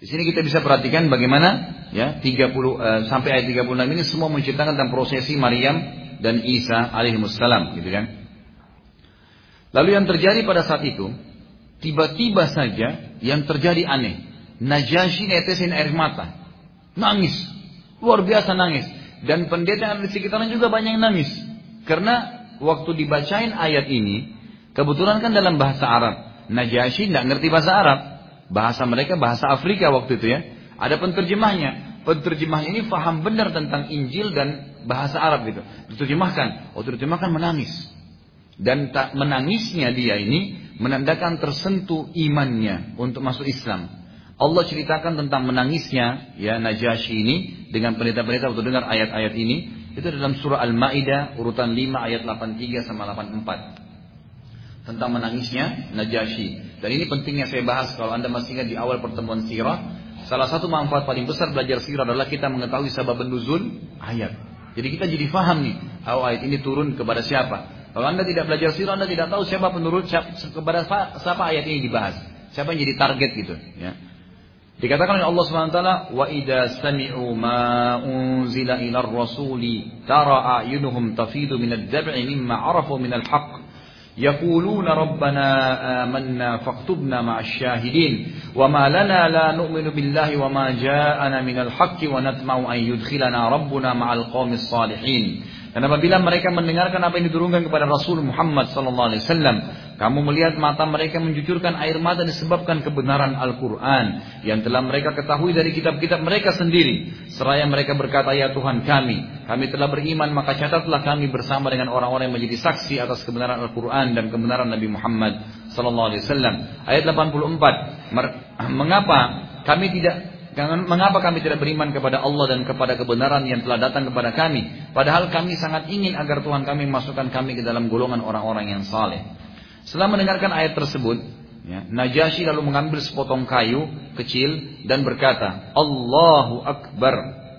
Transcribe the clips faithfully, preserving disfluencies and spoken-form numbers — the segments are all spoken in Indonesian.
Di sini kita bisa perhatikan bagaimana ya tiga puluh uh, sampai ayat tiga puluh enam ini semua menceritakan tentang prosesi Maryam dan Isa alaihimussalam, gitu kan. Lalu yang terjadi pada saat itu, tiba-tiba saja yang terjadi aneh. Najasyi netesin air mata, nangis, luar biasa nangis, dan pendeta yang di sekitarnya juga banyak yang nangis, karena waktu dibacain ayat ini, kebetulan kan dalam bahasa Arab. Najasyi tidak ngerti bahasa Arab. Bahasa mereka bahasa Afrika waktu itu ya. Ada penterjemahnya. Penterjemahnya ini faham benar tentang Injil dan bahasa Arab gitu. Diterjemahkan. Oh, diterjemahkan menangis. Dan tak menangisnya dia ini menandakan tersentuh imannya untuk masuk Islam. Allah ceritakan tentang menangisnya ya Najasyi ini dengan pendeta-pendeta waktu dengar ayat-ayat ini. Itu dalam surah Al-Maidah urutan lima ayat delapan puluh tiga sama delapan puluh empat. Tentang menangisnya Najasyi. Dan ini pentingnya saya bahas kalau anda masih ingat di awal pertemuan sirah. Salah satu manfaat paling besar belajar sirah adalah kita mengetahui sebab nuzul ayat. Jadi kita jadi faham nih, oh ayat ini turun kepada siapa. Kalau anda tidak belajar sirah, anda tidak tahu siapa penurut, siapa, kepada siapa ayat ini dibahas. Siapa yang jadi target gitu. Ya. Dikatakan oleh Allah subhanahu wa taala, wa idza sami'u ma unzila ilar rasuli tara a'yunuhum tafidu minad dam'i mimma 'arafu minal haqq. يقولون ربنا آمنا فاكتبنا مع الشاهدين وما لنا لا نؤمن بالله وما جاءنا من الحق ونطمع أن يدخلنا ربنا مع القوم الصالحين. Dan apabila mereka mendengarkan apa yang diturunkan kepada Rasul Muhammad sallallahu alaihi wasallam, kamu melihat mata mereka mencucurkan air mata disebabkan kebenaran Al-Quran yang telah mereka ketahui dari kitab-kitab mereka sendiri. Seraya mereka berkata, ya Tuhan kami, kami telah beriman, maka catatlah kami bersama dengan orang-orang yang menjadi saksi atas kebenaran Al-Quran dan kebenaran Nabi Muhammad sallallahu alaihi wasallam. Ayat delapan puluh empat. Mengapa kami tidak Mengapa kami tidak beriman kepada Allah dan kepada kebenaran yang telah datang kepada kami? Padahal kami sangat ingin agar Tuhan kami memasukkan kami ke dalam golongan orang-orang yang saleh. Setelah mendengarkan ayat tersebut, ya, Najasyi lalu mengambil sepotong kayu kecil dan berkata, Allahu Akbar.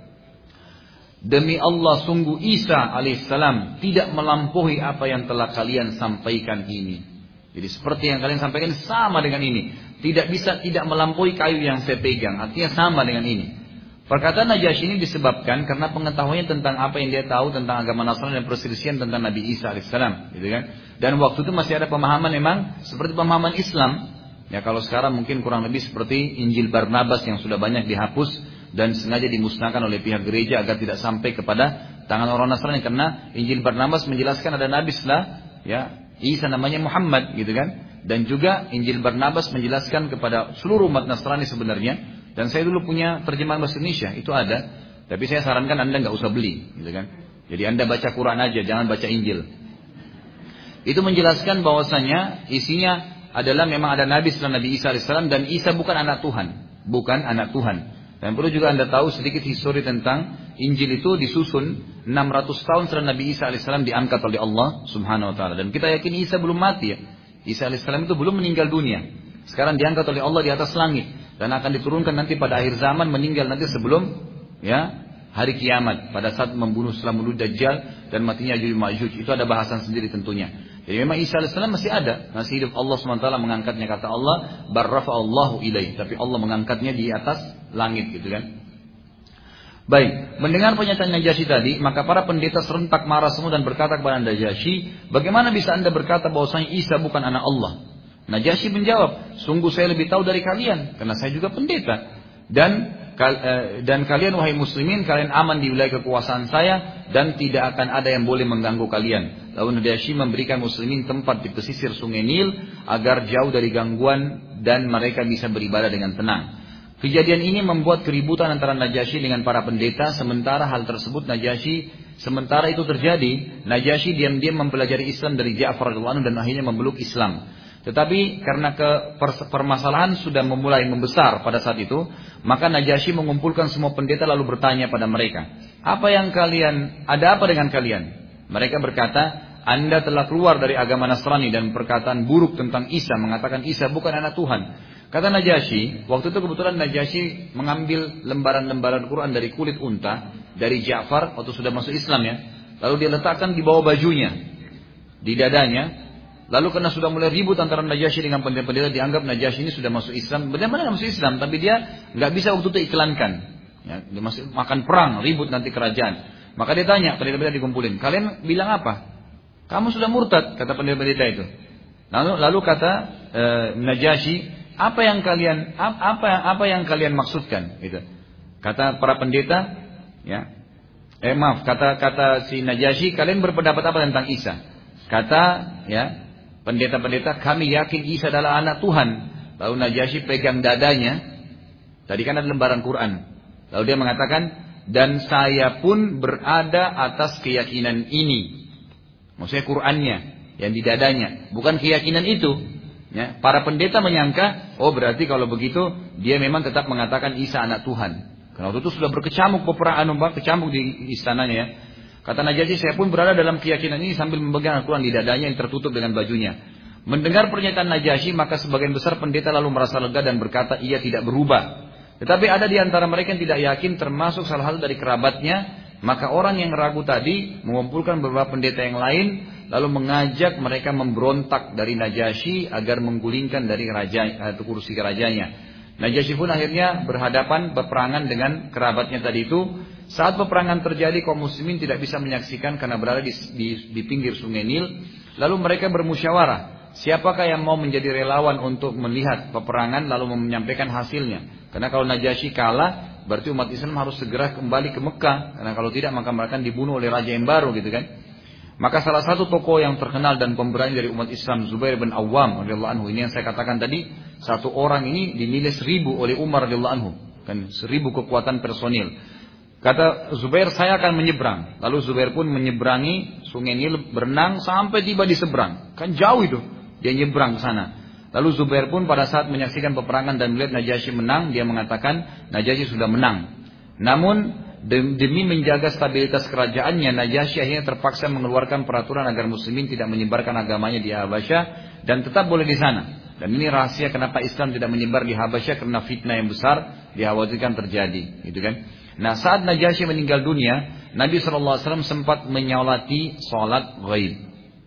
Demi Allah, sungguh Isa alaihissalam tidak melampaui apa yang telah kalian sampaikan ini. Jadi seperti yang kalian sampaikan sama dengan ini. Tidak bisa tidak melampaui kayu yang saya pegang. Artinya sama dengan ini. Perkataan Najasyi ini disebabkan karena pengetahuannya tentang apa yang dia tahu tentang agama Nasrani dan perselisihan tentang Nabi Isa alaihissalam, gitu kan? Dan waktu itu masih ada pemahaman memang seperti pemahaman Islam. Ya kalau sekarang mungkin kurang lebih seperti Injil Barnabas yang sudah banyak dihapus dan sengaja dimusnahkan oleh pihak gereja agar tidak sampai kepada tangan orang Nasrani, karena Injil Barnabas menjelaskan ada nabi setelah ya Isa namanya Muhammad, gitu kan? Dan juga Injil Barnabas menjelaskan kepada seluruh umat Nasrani sebenarnya. Dan saya dulu punya terjemahan bahasa Indonesia, itu ada. Tapi saya sarankan anda nggak usah beli, gitu kan? Jadi anda baca Quran aja, jangan baca Injil. Itu menjelaskan bahwasanya isinya adalah memang ada Nabi setelah Nabi Isa alaihissalam, dan Isa bukan anak Tuhan, bukan anak Tuhan. Dan perlu juga anda tahu sedikit histori tentang Injil itu disusun enam ratus tahun setelah Nabi Isa alaihissalam diangkat oleh Allah subhanahu wa taala. Dan kita yakin Isa belum mati ya. Isa alaihissalam itu belum meninggal dunia. Sekarang diangkat oleh Allah di atas langit. Dan akan diturunkan nanti pada akhir zaman, meninggal nanti sebelum ya hari kiamat. Pada saat membunuh setelah membunuh Dajjal dan matinya Ya'juj Ma'juj. Itu ada bahasan sendiri tentunya. Jadi memang Isa alaihissalam masih ada. Masih hidup. Allah subhanahu wa taala mengangkatnya, kata Allah, barrafa'allahu ilaih. Tapi Allah mengangkatnya di atas langit, gitu kan. Baik, mendengar pernyataan Najasyi tadi, maka para pendeta serentak marah semua dan berkata kepada Najasyi, bagaimana bisa anda berkata bahwasanya Isa bukan anak Allah? Najasyi menjawab, sungguh saya lebih tahu dari kalian, karena saya juga pendeta. Dan dan kalian wahai muslimin, kalian aman di wilayah kekuasaan saya, dan tidak akan ada yang boleh mengganggu kalian. Lalu Najasyi memberikan muslimin tempat di pesisir sungai Nil, agar jauh dari gangguan dan mereka bisa beribadah dengan tenang. Kejadian ini membuat keributan antara Najasyi dengan para pendeta. Sementara hal tersebut Najasyi sementara itu terjadi, Najasyi diam-diam mempelajari Islam dari Ja'far radhiyallahu anhu dan akhirnya memeluk Islam. Tetapi karena ke permasalahan sudah memulai membesar pada saat itu, maka Najasyi mengumpulkan semua pendeta lalu bertanya pada mereka, apa yang kalian, ada apa dengan kalian? Mereka berkata, Anda telah keluar dari agama Nasrani dan perkataan buruk tentang Isa, mengatakan Isa bukan anak Tuhan. Kata Najasyi, waktu itu kebetulan Najasyi mengambil lembaran-lembaran Quran dari kulit unta dari Ja'far waktu sudah masuk Islam ya. Lalu dia letakkan di bawah bajunya, di dadanya. Lalu karena sudah mulai ribut antara Najasyi dengan pendeta-pendeta, dianggap Najasyi ini sudah masuk Islam. Benar-benar masuk Islam, tapi dia nggak bisa waktu itu iklankan. Ya, dia masih makan perang, ribut nanti kerajaan. Maka dia tanya, pendeta-pendeta dikumpulin, kalian bilang apa? Kamu sudah murtad, kata pendeta-pendeta itu. Lalu, lalu kata e, Najasyi, apa yang kalian apa apa yang kalian maksudkan? Gitu. Kata para pendeta, ya, eh maaf, kata kata si Najasyi, kalian berpendapat apa tentang Isa? Kata, ya. Pendeta-pendeta, kami yakin Isa adalah anak Tuhan. Lalu Najasyi pegang dadanya. Tadi kan ada lembaran Quran. Lalu dia mengatakan, dan saya pun berada atas keyakinan ini. Maksudnya Qurannya yang di dadanya, bukan keyakinan itu. Ya, para pendeta menyangka, oh berarti kalau begitu dia memang tetap mengatakan Isa anak Tuhan. Karena waktu itu sudah berkecamuk peperangan, kecamuk di istananya ya. Kata Najasyi, saya pun berada dalam keyakinan ini sambil memegang Al-Quran di dadanya yang tertutup dengan bajunya. Mendengar pernyataan Najasyi, maka sebagian besar pendeta lalu merasa lega dan berkata ia tidak berubah. Tetapi ada di antara mereka yang tidak yakin, termasuk salah satu dari kerabatnya. Maka orang yang ragu tadi mengumpulkan beberapa pendeta yang lain, lalu mengajak mereka memberontak dari Najasyi agar menggulingkan dari raja atau kursi kerajanya. Najasyi pun akhirnya berhadapan berperangan dengan kerabatnya tadi itu. Saat peperangan terjadi, kaum muslimin tidak bisa menyaksikan karena berada di, di, di pinggir sungai Nil. Lalu mereka bermusyawarah, siapakah yang mau menjadi relawan untuk melihat peperangan lalu menyampaikan hasilnya. Karena kalau Najasyi kalah, berarti umat Islam harus segera kembali ke Mekah. Karena kalau tidak, maka mereka akan dibunuh oleh raja yang baru, gitu kan. Maka salah satu tokoh yang terkenal dan pemberani dari umat Islam, Zubair bin Awam radhiyallahu anhu, ini yang saya katakan tadi, satu orang ini dinilai seribu oleh Umar radhiyallahu anhu, kan seribu kekuatan personil. Kata Zubair, saya akan menyeberang. Lalu Zubair pun menyeberangi sungai Nil, berenang sampai tiba di seberang. Kan jauh itu, dia nyebrang ke sana. Lalu Zubair pun pada saat menyaksikan peperangan dan melihat Najasyi menang, dia mengatakan Najasyi sudah menang. Namun demi menjaga stabilitas kerajaannya, Najasyi akhirnya terpaksa mengeluarkan peraturan agar muslimin tidak menyebarkan agamanya di Habasyah dan tetap boleh di sana. Dan ini rahasia kenapa Islam tidak menyebar di Habasyah, karena fitnah yang besar dikhawatirkan terjadi, gitu kan? Nah, saat Najasyi meninggal dunia, Nabi shallallahu alaihi wasallam sempat menyolati sholat ghaib.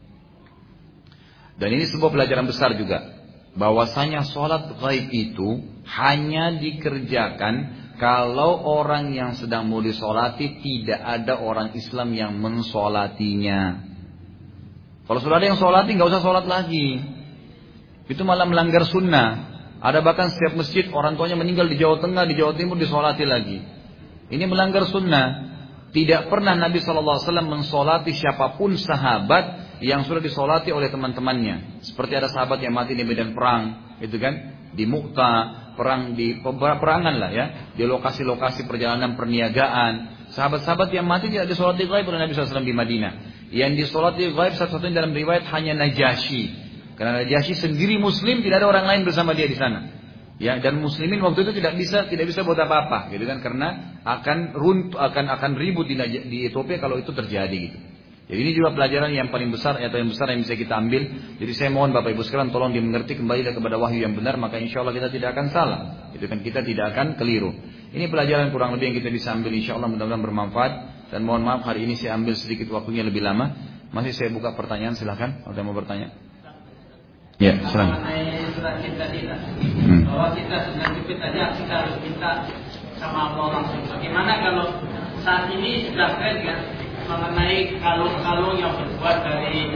Dan ini sebuah pelajaran besar juga, bahwasanya sholat ghaib itu hanya dikerjakan kalau orang yang sedang mau disolati tidak ada orang Islam yang mensolatinya. Kalau sudah ada yang solati, nggak usah sholat lagi. Itu malah melanggar sunnah. Ada bahkan setiap masjid orang tuanya meninggal di Jawa Tengah, di Jawa Timur disolati lagi. Ini melanggar sunnah. Tidak pernah Nabi shallallahu alaihi wasallam mensolati siapapun sahabat yang sudah disolati oleh teman-temannya. Seperti ada sahabat yang mati di medan perang, itu kan, di Mu'tah, perang di peperangan lah ya, di lokasi-lokasi perjalanan perniagaan. Sahabat-sahabat yang mati tidak disolati ghaib oleh Nabi shallallahu alaihi wasallam di Madinah. Yang disolati ghaib satu-satunya dalam riwayat hanya Najasyi. Karena Najasyi sendiri Muslim, tidak ada orang lain bersama dia di sana. Ya, dan muslimin waktu itu tidak bisa tidak bisa buat apa-apa, gitu kan, karena akan runtuh, akan akan ribut di, di Ethiopia kalau itu terjadi, gitu. Jadi ini juga pelajaran yang paling besar atau yang besar yang bisa kita ambil. Jadi saya mohon Bapak Ibu sekalian tolong dimengerti kembali kepada wahyu yang benar, maka insya Allah kita tidak akan salah, gitu kan, kita tidak akan keliru. Ini pelajaran kurang lebih yang kita bisa ambil, insya Allah mudah-mudahan bermanfaat. Dan mohon maaf hari ini saya ambil sedikit waktunya lebih lama. Masih saya buka pertanyaan, silakan. Ada mau bertanya? Ya, silakan. Mengenai surat cinta tadi, hmm. bahwa kita sudah cipta saja kita harus minta sama Allah langsung. Bagaimana kalau saat ini sudah tren kan mengenai kalung-kalung yang terbuat dari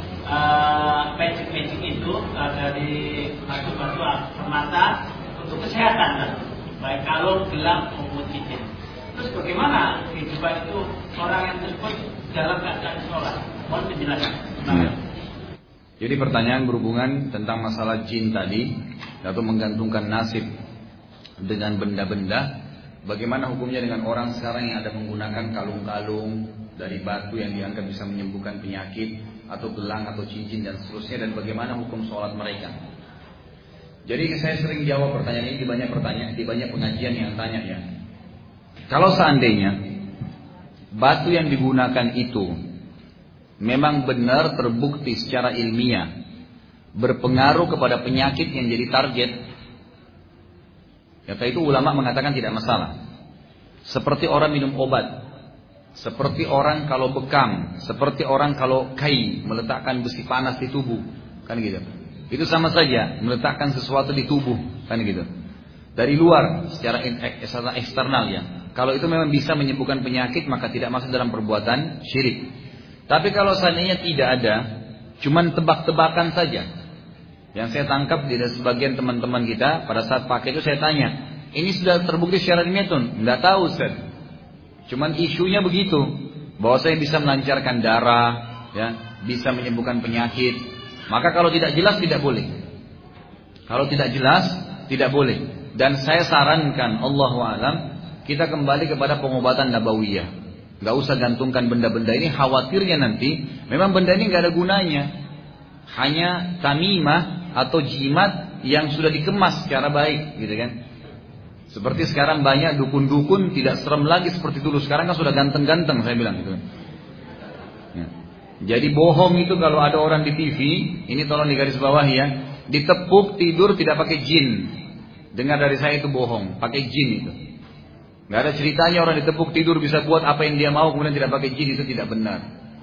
uh, magic-magic itu, uh, dari batu-batu permata untuk kesehatan kan? Baik kalung, gelang maupun cincin. Terus bagaimana kehidupan itu orang yang tersebut dalam keadaan sholat? Mohon penjelasan. Hmm. Jadi pertanyaan berhubungan tentang masalah jin tadi, atau menggantungkan nasib dengan benda-benda. Bagaimana hukumnya dengan orang sekarang yang ada menggunakan kalung-kalung dari batu yang dianggap bisa menyembuhkan penyakit, atau gelang atau cincin dan seterusnya, dan bagaimana hukum sholat mereka. Jadi saya sering jawab pertanyaan ini di banyak pertanyaan, di banyak pengajian yang tanya ya. Kalau seandainya batu yang digunakan itu memang benar terbukti secara ilmiah berpengaruh kepada penyakit yang jadi target, kata itu ulama mengatakan tidak masalah. Seperti orang minum obat, seperti orang kalau bekam, seperti orang kalau kai meletakkan besi panas di tubuh, kan gitu. Itu sama saja meletakkan sesuatu di tubuh, kan gitu. Dari luar, secara eksternal ya. Kalau itu memang bisa menyembuhkan penyakit, maka tidak masuk dalam perbuatan syirik. Tapi kalau seandainya tidak ada, cuman tebak-tebakan saja. Yang saya tangkap di sebagian teman-teman kita pada saat pakai itu saya tanya, ini sudah terbukti secara ilmiah tuh? Nggak tahu Ustaz. Cuman isunya begitu, bahwa saya bisa melancarkan darah, ya, bisa menyembuhkan penyakit. Maka kalau tidak jelas tidak boleh. Kalau tidak jelas tidak boleh. Dan saya sarankan, Allahu a'lam, kita kembali kepada pengobatan nabawiyah. Gak usah gantungkan benda-benda ini, khawatirnya nanti memang benda ini gak ada gunanya. Hanya tamimah atau jimat yang sudah dikemas secara baik, gitu kan. Seperti sekarang banyak dukun-dukun tidak serem lagi seperti dulu. Sekarang kan sudah ganteng-ganteng, saya bilang gitu. Ya. Jadi bohong itu kalau ada orang di T V, ini tolong digarisbawahi ya, ditepuk tidur tidak pakai jin. Dengar dari saya itu bohong, pakai jin itu. Gak ada ceritanya orang ditepuk tidur bisa buat apa yang dia mau kemudian tidak pakai jin, itu tidak benar.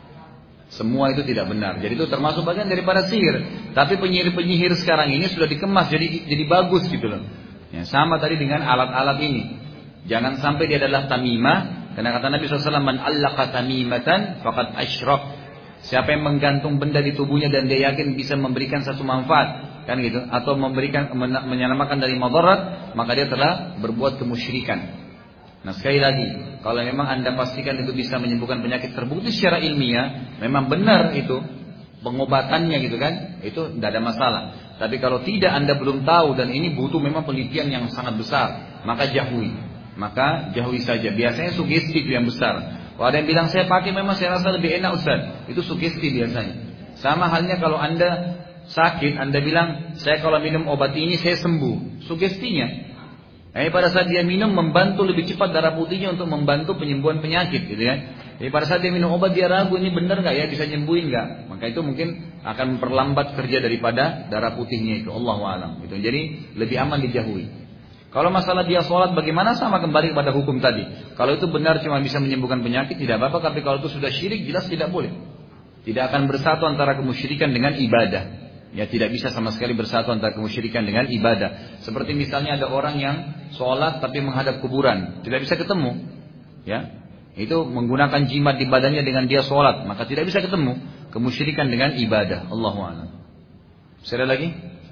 Semua itu tidak benar. Jadi itu termasuk bagian daripada sihir. Tapi penyihir-penyihir sekarang ini sudah dikemas jadi jadi bagus gitu loh. Ya, sama tadi dengan alat-alat ini. Jangan sampai dia adalah tamimah. Karena kata Nabi shallallahu alaihi wasallam, "Man allaqa tamimatan faqad asyrak." Siapa yang menggantung benda di tubuhnya dan dia yakin bisa memberikan satu manfaat, kan gitu, atau memberikan menyelamatkan dari madarat, maka dia telah berbuat kemusyrikan. Nah sekali lagi, kalau memang anda pastikan itu bisa menyembuhkan penyakit terbukti secara ilmiah, memang benar itu pengobatannya gitu kan, itu tidak ada masalah. Tapi kalau tidak, anda belum tahu dan ini butuh memang penelitian yang sangat besar, maka jauhi, maka jauhi saja. Biasanya sugesti itu yang besar. Kalau ada yang bilang saya pakai memang saya rasa lebih enak Ustaz, itu sugesti biasanya. Sama halnya kalau anda sakit, anda bilang saya kalau minum obat ini saya sembuh, sugestinya. Nah, pada saat dia minum membantu lebih cepat darah putihnya untuk membantu penyembuhan penyakit, gitu kan? Jadi pada saat dia minum obat dia ragu ini benar nggak ya, bisa nyembuhin nggak? Maka itu mungkin akan memperlambat kerja daripada darah putihnya itu. Allahu a'lam. Gitu. Jadi lebih aman dijauhi. Kalau masalah dia sholat bagaimana, sama kembali kepada hukum tadi. Kalau itu benar cuma bisa menyembuhkan penyakit tidak apa-apa. Tapi kalau itu sudah syirik jelas tidak boleh. Tidak akan bersatu antara kemusyrikan dengan ibadah. Ya tidak bisa sama sekali bersatu antara kemusyrikan dengan ibadah. Seperti misalnya ada orang yang sholat tapi menghadap kuburan, tidak bisa ketemu. Ya, itu menggunakan jimat di badannya dengan dia sholat, maka tidak bisa ketemu. Kemusyrikan dengan ibadah. Allahu a'lam. Ada lagi?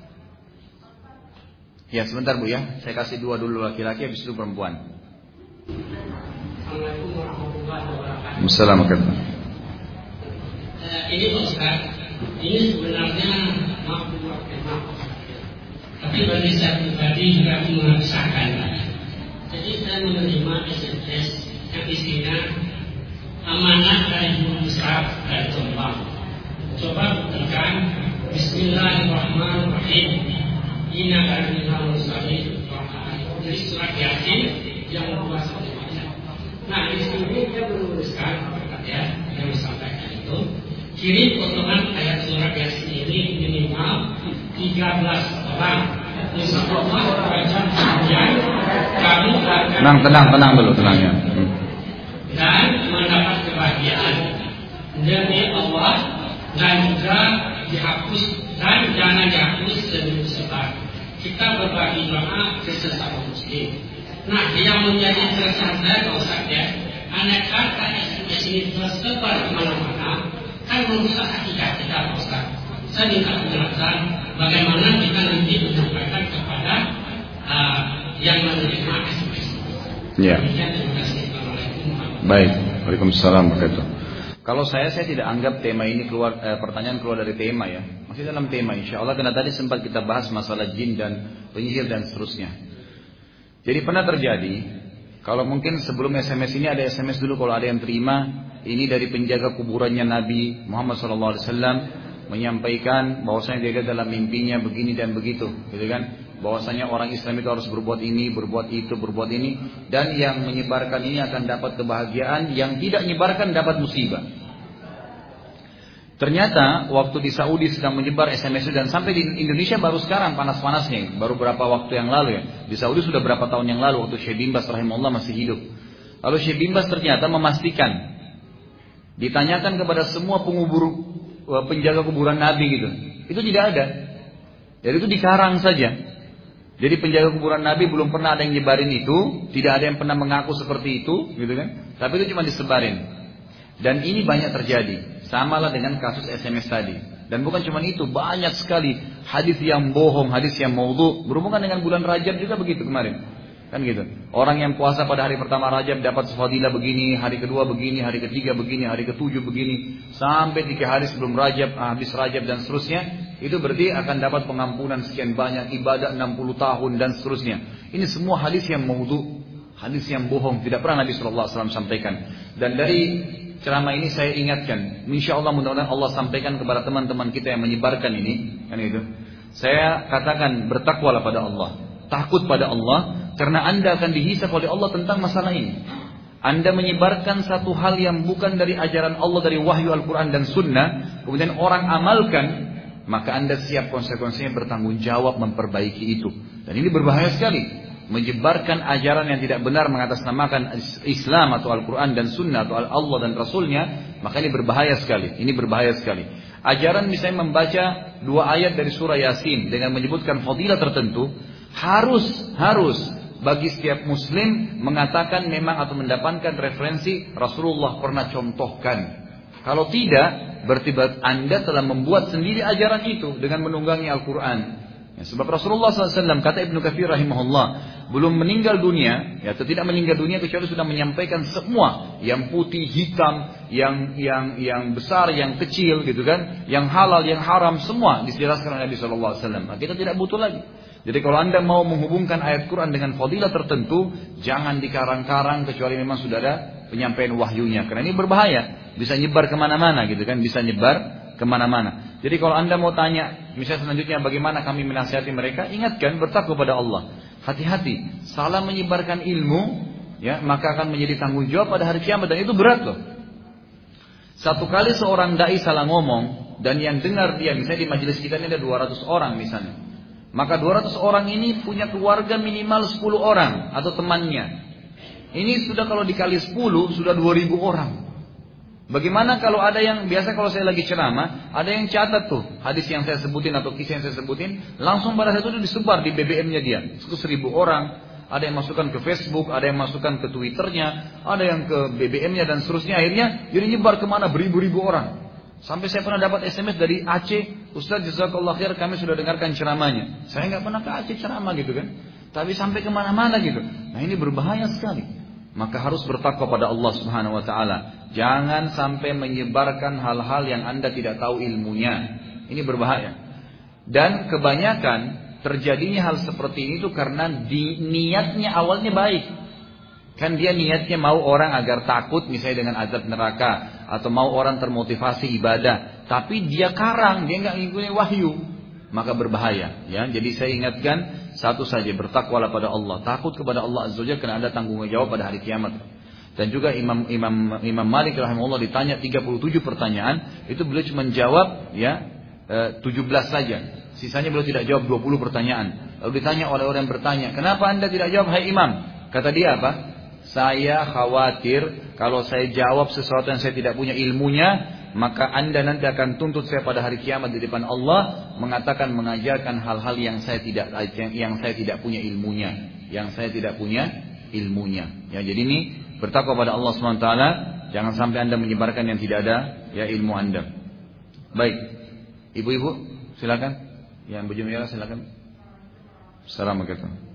Ya sebentar Bu ya, saya kasih dua dulu laki-laki, habis itu perempuan. Assalamualaikum warahmatullahi wabarakatuh. Assalamualaikum. Uh, ini Pak Ustaz, ini sebenarnya makhluk tema, tapi bagi saya pribadi juga mengesahkan. Jadi saya menerima S M S yang isinya amanah dari guru besar dari Jombang. Coba buktikan Bismillahirrahmanirrahim. Inna karimina musali. Jadi surat Yasin yang dua sampai empat. Nah di sini dia menuliskan ya yang disampaikan itu kirim potongan ayat surat Yasin ini minimal tiga belas orang. Insya Allah baca kemudian kamu akan tenang tenang tenang dulu tenangnya hmm. dan mendapat kebahagiaan demi Allah dan juga dihapus dan jangan dihapus demi sebar. Kita berbagi doa ke sesama muslim. Nah, yang menjadi keresahan saya Pak Ustaz ya, anak kata S M S ini tersebar kemana-mana, kan merusak akidah kita Pak Ustaz. Saya minta penjelasan bagaimana kita nanti menyampaikan kepada uh, yang menerima S M S. Ya. Terima kasih. Baik. Waalaikumsalam warahmatullahi. Kalau saya, saya tidak anggap tema ini keluar, eh, pertanyaan keluar dari tema ya. Masih dalam tema insya Allah. Karena tadi sempat kita bahas masalah jin dan penyihir dan seterusnya. Jadi pernah terjadi, kalau mungkin sebelum S M S ini ada S M S dulu kalau ada yang terima. Ini dari penjaga kuburannya Nabi Muhammad shallallahu alaihi wasallam. Menyampaikan bahwasanya dia dalam mimpinya begini dan begitu. Gitu kan. Bahwasanya orang Islam itu harus berbuat ini, berbuat itu, berbuat ini. Dan yang menyebarkan ini akan dapat kebahagiaan. Yang tidak menyebarkan dapat musibah. Ternyata waktu di Saudi sedang menyebar S M S itu. Dan sampai di Indonesia baru sekarang panas-panasnya. Baru berapa waktu yang lalu ya. Di Saudi sudah berapa tahun yang lalu. Waktu Syekh Bin Baz rahimahullah masih hidup. Lalu Syekh Bin Baz ternyata memastikan. Ditanyakan kepada semua pengubur, penjaga kuburan Nabi gitu. Itu tidak ada. Jadi itu dikarang saja. Jadi penjaga kuburan Nabi belum pernah ada yang nyebarin itu, tidak ada yang pernah mengaku seperti itu, gitu kan? Tapi itu cuma disebarin. Dan ini banyak terjadi. Samalah dengan kasus S M S tadi. Dan bukan cuma itu, banyak sekali hadis yang bohong, hadis yang maudhu, berhubungan dengan bulan Rajab juga begitu kemarin. Kan gitu. Orang yang puasa pada hari pertama Rajab dapat fadilah begini, hari kedua begini, hari ketiga begini, hari ketujuh begini, sampai tiga hari sebelum Rajab, habis Rajab dan seterusnya, itu berarti akan dapat pengampunan sekian banyak, ibadah enam puluh tahun dan seterusnya. Ini semua hadis yang maudhu, hadis yang bohong, tidak pernah Nabi shallallahu alaihi wasallam sampaikan. Dan dari ceramah ini saya ingatkan, insya Allah mudah-mudahan Allah sampaikan kepada teman-teman kita yang menyebarkan ini, kan itu. Saya katakan bertakwalah pada Allah, takut pada Allah. Karena Anda akan dihisab oleh Allah tentang masalah ini. Anda menyebarkan satu hal yang bukan dari ajaran Allah, dari wahyu Al-Quran dan Sunnah, kemudian orang amalkan, maka Anda siap konsekuensinya bertanggung jawab memperbaiki itu. Dan ini berbahaya sekali. Menyebarkan ajaran yang tidak benar mengatasnamakan Islam atau Al-Quran dan Sunnah atau Allah dan Rasulnya, maka ini berbahaya sekali. Ini berbahaya sekali. Ajaran misalnya membaca dua ayat dari surah Yasin dengan menyebutkan fadilah tertentu, harus harus bagi setiap muslim mengatakan memang atau mendapatkan referensi Rasulullah pernah contohkan. Kalau tidak, berarti Anda telah membuat sendiri ajaran itu dengan menunggangi Al-Quran. Ya, sebab Rasulullah shallallahu alaihi wasallam, kata Ibnu Katsir rahimahullah, belum meninggal dunia, ya, atau tidak meninggal dunia kecuali sudah menyampaikan semua, yang putih, hitam, yang yang yang besar, yang kecil, gitu kan, yang halal, yang haram, semua dijelaskan oleh Nabi shallallahu alaihi wasallam. Nah, kita tidak butuh lagi. Jadi kalau Anda mau menghubungkan ayat Quran dengan fadilah tertentu, jangan dikarang-karang kecuali memang sudah ada penyampaian wahyunya. Karena ini berbahaya, bisa nyebar kemana-mana gitu kan, bisa nyebar kemana-mana. Jadi kalau Anda mau tanya, misalnya selanjutnya bagaimana kami menasihati mereka, ingatkan bertakwa kepada Allah. Hati-hati, salah menyebarkan ilmu, ya maka akan menjadi tanggung jawab pada hari kiamat, dan itu berat loh. Satu kali seorang dai salah ngomong dan yang dengar dia, misalnya di majelis kita ini ada dua ratus orang misalnya. Maka dua ratus orang ini punya keluarga minimal sepuluh orang atau temannya. Ini sudah kalau dikali sepuluh sudah dua ribu orang. Bagaimana kalau ada yang, biasa kalau saya lagi ceramah, ada yang catat tuh hadis yang saya sebutin atau kisah yang saya sebutin, langsung pada saat itu disebar di B B M-nya dia. Itu seribu orang. Ada yang masukkan ke Facebook, ada yang masukkan ke Twitternya, ada yang ke B B M-nya dan seterusnya. Akhirnya jadi nyebar kemana beribu-ribu orang. Sampai saya pernah dapat S M S dari Aceh, Ustaz jazakallah khair, kami sudah dengarkan ceramahnya. Saya nggak pernah ke Aceh ceramah gitu kan, tapi sampai kemana-mana gitu. Nah ini berbahaya sekali. Maka harus bertakwa pada Allah Subhanahu Wa Taala. Jangan sampai menyebarkan hal-hal yang Anda tidak tahu ilmunya. Ini berbahaya. Dan kebanyakan terjadinya hal seperti ini tuh karena di, niatnya awalnya baik. Kan dia niatnya mau orang agar takut misalnya dengan azab neraka, atau mau orang termotivasi ibadah, tapi dia karang, dia nggak ngikutin wahyu, maka berbahaya. Ya, jadi saya ingatkan satu saja, bertakwalah pada Allah, takut kepada Allah Azza wa Jalla, karena ada tanggung jawab pada hari kiamat. Dan juga Imam Imam Imam Malik rahimahullah ditanya tiga puluh tujuh pertanyaan, itu beliau cuma jawab ya tujuh belas saja. Sisanya beliau tidak jawab dua puluh pertanyaan. Lalu ditanya oleh orang yang bertanya, "Kenapa Anda tidak jawab, hai Imam?" Kata dia apa? Saya khawatir kalau saya jawab sesuatu yang saya tidak punya ilmunya, maka Anda nanti akan tuntut saya pada hari kiamat di depan Allah, mengatakan mengajarkan hal-hal yang saya tidak yang, yang saya tidak punya ilmunya, yang saya tidak punya ilmunya. Ya, jadi ini bertakwa pada Allah subhanahu wa taala, jangan sampai Anda menyebarkan yang tidak ada ya ilmu Anda. Baik, ibu-ibu silakan, yang baju merah silakan. Assalamualaikum.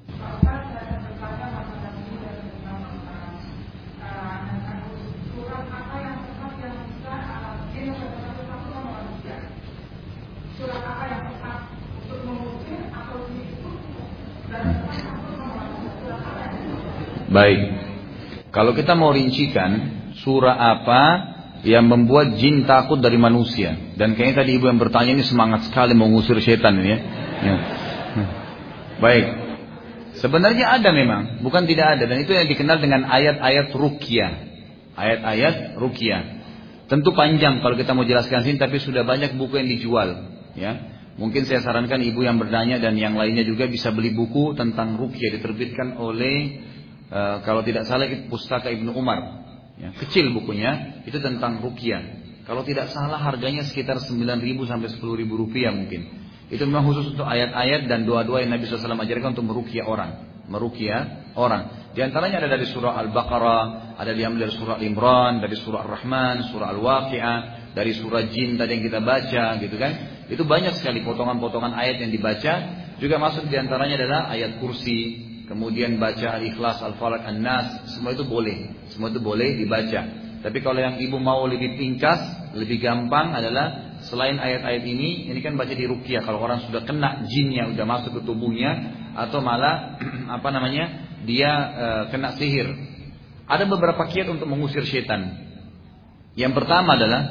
Baik, kalau kita mau rincikan surah apa yang membuat jin takut dari manusia, dan kayaknya tadi ibu yang bertanya ini semangat sekali mau ngusir setan ini ya. Ya. Baik, sebenarnya ada memang, bukan tidak ada, dan itu yang dikenal dengan ayat-ayat ruqyah, ayat-ayat ruqyah. Tentu panjang kalau kita mau jelaskan sini, tapi sudah banyak buku yang dijual. Ya, mungkin saya sarankan ibu yang bertanya dan yang lainnya juga bisa beli buku tentang ruqyah, diterbitkan oleh Uh, kalau tidak salah itu pustaka Ibnu Umar, ya, kecil bukunya, itu tentang ruqyah. Kalau tidak salah harganya sekitar sembilan ribu sampai sepuluh ribu rupiah mungkin. Itu memang khusus untuk ayat-ayat dan doa-doa yang Nabi shallallahu alaihi wasallam ajarkan untuk meruqyah orang. Meruqyah orang. Di antaranya ada dari surah Al-Baqarah, ada diambil dari surah Al-Imran, dari surah Ar-Rahman, surah Al-Waqi'ah, dari surah Jin tadi yang kita baca, gitu kan. Itu banyak sekali potongan-potongan ayat yang dibaca. Juga masuk di antaranya adalah ayat kursi, kemudian baca Al-Ikhlas, Al-Falaq, An-Nas, semua itu boleh. Semua itu boleh dibaca. Tapi kalau yang ibu mau lebih ringkas, lebih gampang adalah selain ayat-ayat ini, ini kan baca di ruqyah kalau orang sudah kena jinnya udah masuk ke tubuhnya atau malah apa namanya? dia e, kena sihir. Ada beberapa kiat untuk mengusir setan. Yang pertama adalah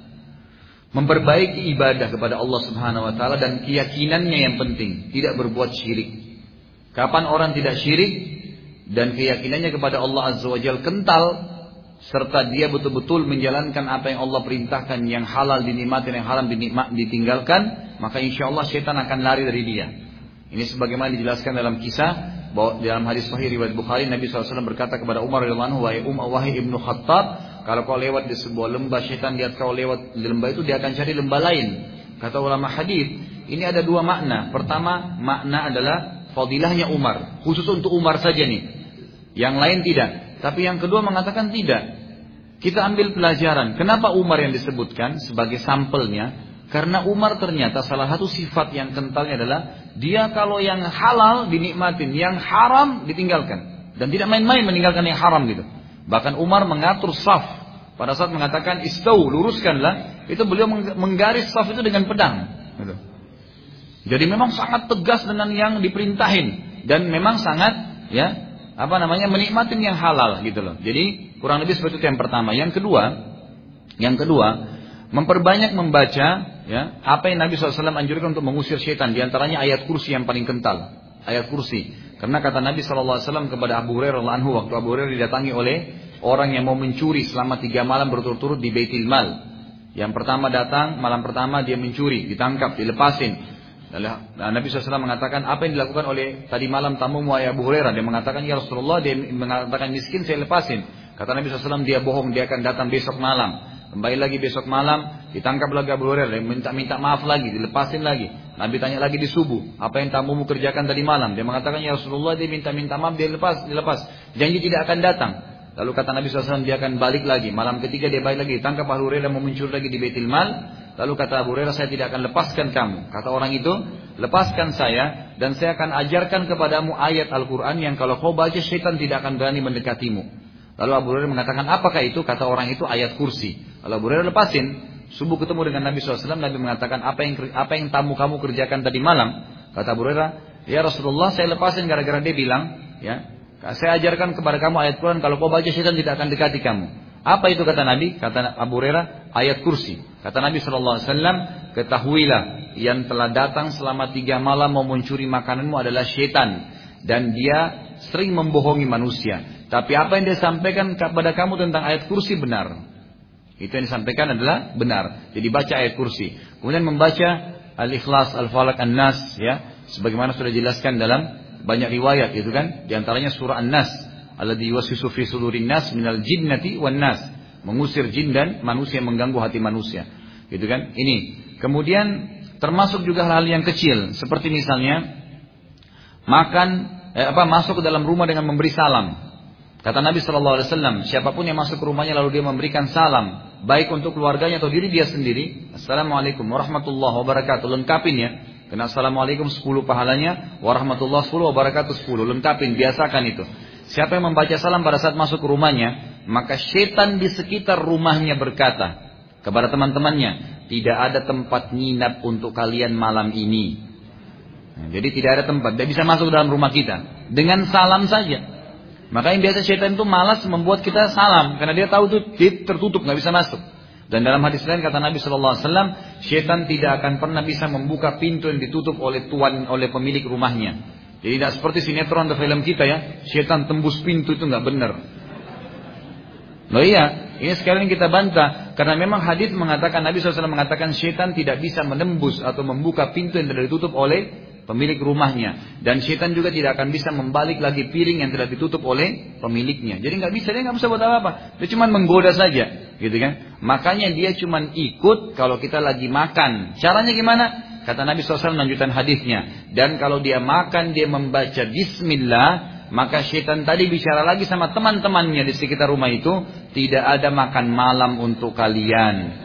memperbaiki ibadah kepada Allah Subhanahu wa taala dan keyakinannya yang penting, tidak berbuat syirik. Kapan orang tidak syirik dan keyakinannya kepada Allah Azza wa Jalla kental, serta dia betul-betul menjalankan apa yang Allah perintahkan, yang halal dinikmati, yang haram dinikmat ditinggalkan, maka insya Allah syaitan akan lari dari dia. Ini sebagaimana dijelaskan dalam kisah bahwa dalam hadis sahih riwayat Bukhari, Nabi shallallahu alaihi wasallam berkata kepada Umar radhiyallahu anhu, wahai Umar, wahai Ibnu Khattab, kalau kau lewat di sebuah lembah, syaitan lihat kau lewat di lembah itu, dia akan cari lembah lain. Kata ulama hadis, ini ada dua makna. Pertama, makna adalah fadilahnya Umar, khusus untuk Umar saja nih, yang lain tidak. Tapi yang kedua mengatakan tidak. Kita ambil pelajaran. Kenapa Umar yang disebutkan sebagai sampelnya? Karena Umar ternyata salah satu sifat yang kentalnya adalah dia kalau yang halal dinikmatin, yang haram ditinggalkan, dan tidak main-main meninggalkan yang haram gitu. Bahkan Umar mengatur saf. Pada saat mengatakan istau, luruskanlah, itu beliau menggaris saf itu dengan pedang. Gitu. Jadi memang sangat tegas dengan yang diperintahin, dan memang sangat ya apa namanya menikmatin yang halal gitu loh. Jadi kurang lebih seperti itu yang pertama. Yang kedua, yang kedua memperbanyak membaca ya apa yang Nabi shallallahu alaihi wasallam anjurkan untuk mengusir syaitan. Di antaranya ayat kursi yang paling kental, ayat kursi. Karena kata Nabi shallallahu alaihi wasallam kepada Abu Hurairah radhiyallahu anhu, waktu Abu Hurairah didatangi oleh orang yang mau mencuri selama tiga malam berturut-turut di Baitul Mal. Yang pertama datang, malam pertama dia mencuri, ditangkap, dilepasin. Nah, Nabi shallallahu alaihi wasallam mengatakan, apa yang dilakukan oleh tadi malam tamu wahai Abu Hurairah? Dia mengatakan, ya Rasulullah, dia mengatakan miskin, saya lepasin. Kata Nabi shallallahu alaihi wasallam, dia bohong, dia akan datang besok malam. Kembali lagi besok malam, ditangkap lagi Abu Hurairah, minta-minta maaf lagi, dilepasin lagi. Nabi tanya lagi di subuh, apa yang tamumu kerjakan tadi malam? Dia mengatakan, ya Rasulullah, dia minta-minta maaf, dia lepas, dilepas. Janji tidak akan datang. Lalu kata Nabi shallallahu alaihi wasallam, dia akan balik lagi. Malam ketiga dia balik lagi, ditangkap Abu Hurairah mau mencuri lagi di Baitul Mal. Lalu kata Abu Hurairah, saya tidak akan lepaskan kamu. Kata orang itu, lepaskan saya dan saya akan ajarkan kepadamu ayat Al-Quran yang kalau kau baca syaitan tidak akan berani mendekatimu. Lalu Abu Hurairah mengatakan, apakah itu? Kata orang itu, ayat kursi. Lalu Abu Hurairah lepasin. Subuh ketemu dengan Nabi shallallahu alaihi wasallam, Nabi mengatakan, apa yang apa yang tamu kamu kerjakan tadi malam? Kata Abu Hurairah, ya Rasulullah, saya lepasin gara-gara dia bilang, ya, saya ajarkan kepada kamu ayat Quran, kalau kau baca syaitan tidak akan dekati kamu. Apa itu kata Nabi? Kata Abu Hurairah, ayat kursi. Kata Nabi shallallahu alaihi wasallam, ketahuilah yang telah datang selama tiga malam mau mencuri makananmu adalah syaitan, dan dia sering membohongi manusia. Tapi apa yang dia sampaikan kepada kamu tentang ayat kursi benar. Itu yang disampaikan adalah benar. Jadi baca ayat kursi. Kemudian membaca Al-Ikhlas, Al-Falaq, An-Nas, ya, sebagaimana sudah dijelaskan dalam banyak riwayat, itu kan. Di antaranya surah An-Nas, alladzi yuwaswisu fi sudurin nas minal jinnati wan nas, mengusir jin dan manusia yang mengganggu hati manusia. Gitu kan? Ini. Kemudian termasuk juga hal-hal yang kecil, seperti misalnya makan eh, apa masuk ke dalam rumah dengan memberi salam. Kata Nabi shallallahu alaihi wasallam, siapapun yang masuk ke rumahnya lalu dia memberikan salam, baik untuk keluarganya atau diri dia sendiri, assalamualaikum warahmatullahi wabarakatuh, lengkapin ya. Kena assalamualaikum sepuluh pahalanya, warahmatullahi sepuluh, wabarakatuh sepuluh, lengkapin, biasakan itu. Siapa yang membaca salam pada saat masuk ke rumahnya, maka syaitan di sekitar rumahnya berkata kepada teman-temannya, tidak ada tempat nginap untuk kalian malam ini. Nah, jadi tidak ada tempat, dia bisa masuk dalam rumah kita dengan salam saja. Maka yang biasa syaitan itu malas membuat kita salam, karena dia tahu itu tertutup, nggak bisa masuk. Dan dalam hadis lain kata Nabi Shallallahu Alaihi Wasallam, syaitan tidak akan pernah bisa membuka pintu yang ditutup oleh tuan, oleh pemilik rumahnya. Jadi tidak seperti sinetron atau film kita ya, syaitan tembus pintu, itu nggak benar. Loh iya, ini sekarang kita bantah, karena memang hadis mengatakan, Nabi Shallallahu Alaihi Wasallam mengatakan syaitan tidak bisa menembus atau membuka pintu yang tidak ditutup oleh pemilik rumahnya, dan syaitan juga tidak akan bisa membalik lagi piring yang tidak ditutup oleh pemiliknya. Jadi nggak bisa, dia nggak bisa buat apa-apa, dia cuma menggoda saja. gitu kan? Makanya dia cuman ikut kalau kita lagi makan. Caranya gimana? Kata Nabi shallallahu alaihi wasallam lanjutan hadisnya. Dan kalau dia makan dia membaca Bismillah, maka syaitan tadi bicara lagi sama teman-temannya di sekitar rumah itu, tidak ada makan malam untuk kalian.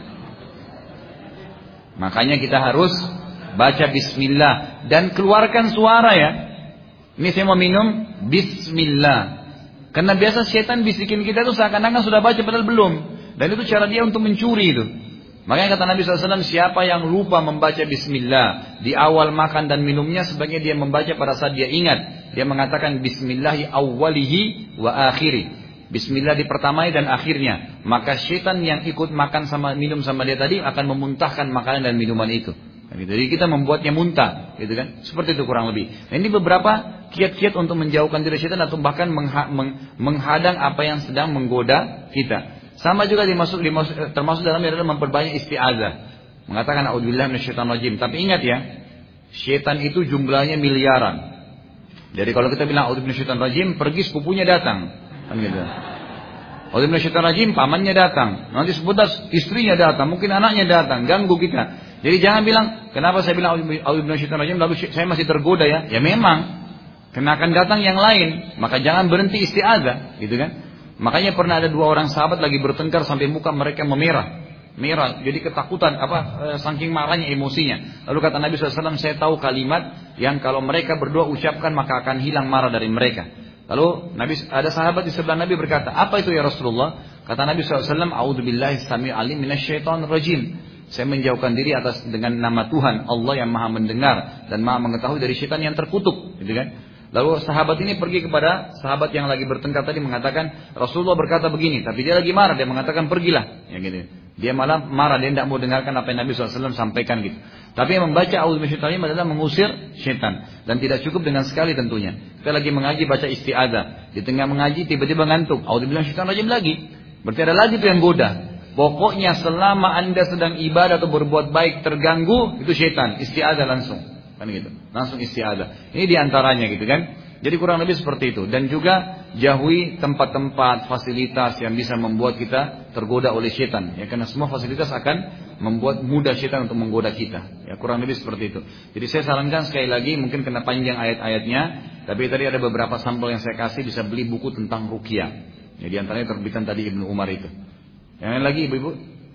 Makanya kita harus baca Bismillah dan keluarkan suara ya. Ini saya mau minum Bismillah. Karena biasa syaitan bisikin kita itu seakan-akan sudah baca padahal belum. Dan itu cara dia untuk mencuri itu. Makanya kata Nabi shallallahu alaihi wasallam, siapa yang lupa membaca Bismillah di awal makan dan minumnya, sebaiknya dia membaca pada saat dia ingat. Dia mengatakan Bismillahi awwalihi wa akhiri. Bismillah di pertamanya dan akhirnya. Maka syaitan yang ikut makan sama minum sama dia tadi akan memuntahkan makanan dan minuman itu. Jadi kita membuatnya muntah, gitu kan? Seperti itu kurang lebih. Nah, ini beberapa kiat-kiat untuk menjauhkan diri syaitan atau bahkan mengha- meng- menghadang apa yang sedang menggoda kita. Sama juga dimasuk, dimasuk termasuk dalamnya adalah memperbanyak isti'adzah. Mengatakan a'udzubillahi minasyaitonirrajim. Tapi ingat ya, syaitan itu jumlahnya miliaran. Jadi kalau kita bilang a'udzubillahi minasyaitonirrajim, pergi sepupunya datang, kan gitu. A'udzubillahi minasyaitonirrajim, pamannya datang. Nanti sebentar istrinya datang, mungkin anaknya datang, ganggu kita. Jadi jangan bilang, kenapa saya bilang a'udzubillahi minasyaitonirrajim lalu saya masih tergoda ya? Ya memang, karena akan datang yang lain. Maka jangan berhenti isti'adzah, gitu kan? Makanya pernah ada dua orang sahabat lagi bertengkar sampai muka mereka memerah, merah. Jadi ketakutan, apa saking marahnya emosinya. Lalu kata Nabi shallallahu alaihi wasallam, saya tahu kalimat yang kalau mereka berdua ucapkan maka akan hilang marah dari mereka. Lalu Nabi, ada sahabat di sebelah Nabi berkata, apa itu ya Rasulullah? Kata Nabi shallallahu alaihi wasallam, a'udzubillahi samii'il alim minasyaitonirrajim. Saya menjauhkan diri atas dengan nama Tuhan Allah yang maha mendengar dan maha mengetahui dari syaitan yang terkutuk, gitu kan? Lalu sahabat ini pergi kepada sahabat yang lagi bertengkar tadi mengatakan, Rasulullah berkata begini, tapi dia lagi marah, dia mengatakan pergilah, ya gitu. Dia malah marah, dia tidak mau dengarkan apa yang Nabi shallallahu alaihi wasallam sampaikan gitu. Tapi yang membaca a'udzubillahi minasyaitonirrajim adalah mengusir syaitan, dan tidak cukup dengan sekali tentunya. Kita lagi mengaji baca isti'adzah, di tengah mengaji tiba-tiba ngantuk, a'udzubillahi minasyaitonirrajim lagi. Berarti ada lagi tuh yang goda. Pokoknya selama Anda sedang ibadah atau berbuat baik terganggu, itu syaitan, isti'adzah langsung. Kan gitu. Langsung isti'adzah. Ini diantaranya gitu kan. Jadi kurang lebih seperti itu. Dan juga jauhi tempat-tempat, fasilitas yang bisa membuat kita tergoda oleh syaitan. Ya, karena semua fasilitas akan membuat mudah syaitan untuk menggoda kita. Ya, kurang lebih seperti itu. Jadi saya sarankan sekali lagi, mungkin kena panjang ayat-ayatnya. Tapi tadi ada beberapa sampel yang saya kasih, bisa beli buku tentang ruqyah. Ya, di antaranya terbitan tadi Ibnu Umar itu. Yang lain lagi ibu-ibu?